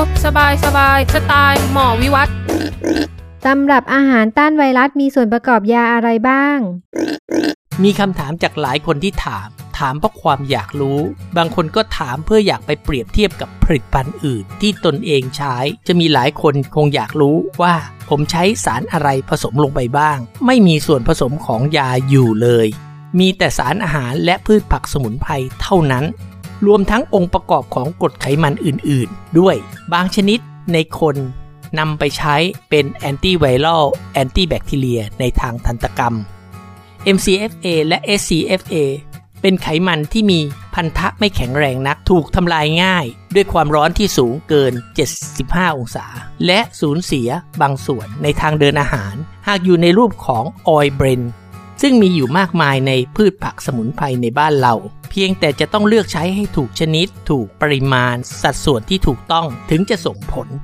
สบายสไตล์หมอวิวัฒน์ตำรับอาหารต้านไวรัสมีส่วนประกอบยาอะไรบ้างมีคำถามจากหลายคนที่ถามเพราะความอยากรู้บางคนก็ถามเพื่ออยากไปเปรียบเทียบกับผลิตภัณฑ์อื่นที่ตนเองใช้จะมีหลายคนคงอยากรู้ว่าผมใช้สารอะไรผสมลงไปบ้างไม่มีส่วนผสมของยาอยู่เลยมีแต่สารอาหารและพืชผักสมุนไพรเท่านั้นรวมทั้งองค์ประกอบของกรดไขมันอื่นๆด้วยบางชนิดในคนนำไปใช้เป็นแอนตี้ไวรัลแอนตี้แบคทีเรียในทางทันตกรรม MCFA และ SCFA เป็นไขมันที่มีพันธะไม่แข็งแรงนักถูกทำลายง่ายด้วยความร้อนที่สูงเกิน75องศาและสูญเสียบางส่วนในทางเดินอาหารหากอยู่ในรูปของออยล์เบรนซึ่งมีอยู่มากมายในพืชผักสมุนไพรในบ้านเราเพียงแต่จะต้องเลือกใช้ให้ถูกชนิดถูกปริมาณสัดส่วนที่ถูกต้องถึงจะส่งผล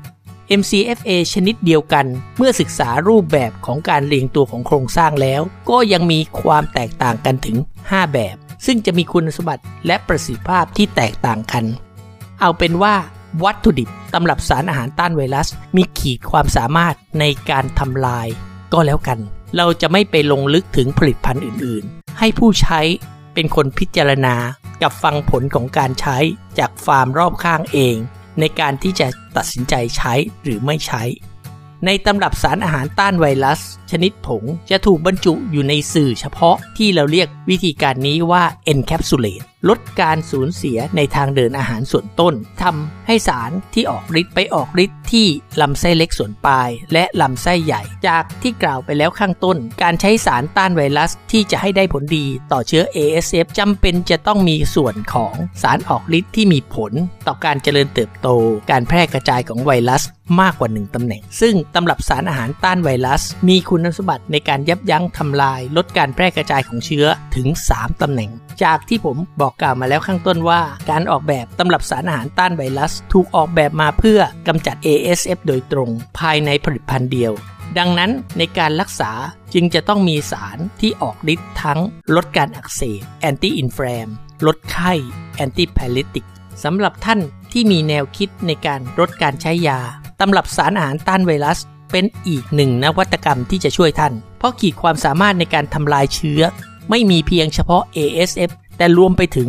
MCFA ชนิดเดียวกันเมื่อศึกษารูปแบบของการเรียงตัวของโครงสร้างแล้วก็ยังมีความแตกต่างกันถึง5แบบซึ่งจะมีคุณสมบัติและประสิทธิภาพที่แตกต่างกันเอาเป็นว่าวัตถุดิบตำรับสารอาหารต้านไวรัสมีขีดความสามารถในการทำลายก็แล้วกันเราจะไม่ไปลงลึกถึงผลิตภัณฑ์อื่นๆให้ผู้ใช้เป็นคนพิจารณากับฟังผลของการใช้จากฟาร์มรอบข้างเองในการที่จะตัดสินใจใช้หรือไม่ใช้ในตำรับสารอาหารต้านไวรัสชนิดผงจะถูกบรรจุอยู่ในสื่อเฉพาะที่เราเรียกวิธีการนี้ว่า encapsulate ลดการสูญเสียในทางเดินอาหารส่วนต้นทำให้สารที่ออกฤทธิ์ไปออกฤทธิ์ที่ลำไส้เล็กส่วนปลายและลำไส้ใหญ่จากที่กล่าวไปแล้วข้างต้นการใช้สารต้านไวรัสที่จะให้ได้ผลดีต่อเชื้อ ASF จำเป็นจะต้องมีส่วนของสารออกฤทธิ์ที่มีผลต่อการเจริญเติบโตการแพร่กระจายของไวรัสมากกว่า1ตำแหน่งซึ่งตำรับสารอาหารต้านไวรัสมีคุณสมบัติในการยับยั้งทำลายลดการแพร่กระจายของเชื้อถึง3ตำแหน่งจากที่ผมบอกกล่าวมาแล้วข้างต้นว่าการออกแบบตำรับสารอาหารต้านไวรัสถูกออกแบบมาเพื่อกำจัด ASF โดยตรงภายในผลิตภัณฑ์เดียวดังนั้นในการรักษาจึงจะต้องมีสารที่ออกฤทธิ์ทั้งลดการอักเสบ Anti Inflam ลดไข้ Anti Paralytic สำหรับท่านที่มีแนวคิดในการลดการใช้ยาตำรับสารอาหารต้านไวรัสเป็นอีกหนึ่งนวัตกรรมที่จะช่วยท่านเพราะขีดความสามารถในการทำลายเชื้อไม่มีเพียงเฉพาะ ASF แต่รวมไปถึง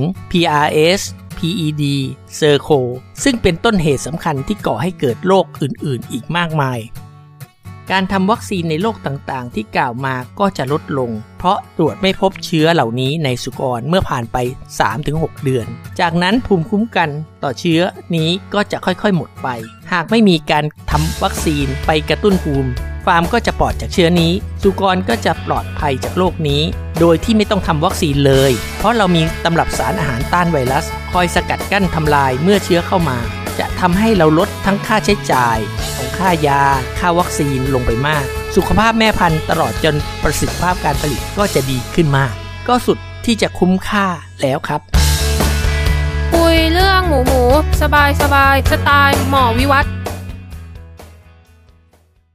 PRS PED เซอร์โคซึ่งเป็นต้นเหตุสำคัญที่ก่อให้เกิดโรคอื่นๆอีกมากมายการทำวัคซีนในโรคต่างๆที่กล่าวมาก็จะลดลงเพราะตรวจไม่พบเชื้อเหล่านี้ในสุกรเมื่อผ่านไป 3-6 เดือนจากนั้นภูมิคุ้มกันต่อเชื้อนี้ก็จะค่อยๆหมดไปหากไม่มีการทำวัคซีนไปกระตุ้นภูมิฟาร์มก็จะปลอดจากเชื้อนี้สุกรก็จะปลอดภัยจากโรคนี้โดยที่ไม่ต้องทำวัคซีนเลยเพราะเรามีตำรับสารอาหารต้านไวรัสคอยสกัดกั้นทำลายเมื่อเชื้อเข้ามาจะทำให้เราลดทั้งค่าใช้จ่ายของค่ายาค่าวัคซีนลงไปมากสุขภาพแม่พันธุ์ตลอดจนประสิทธิภาพการผลิตก็จะดีขึ้นมากก็สุดที่จะคุ้มค่าแล้วครับคุยเรื่องหมูสบายสไตล์หมอวิวัฒน์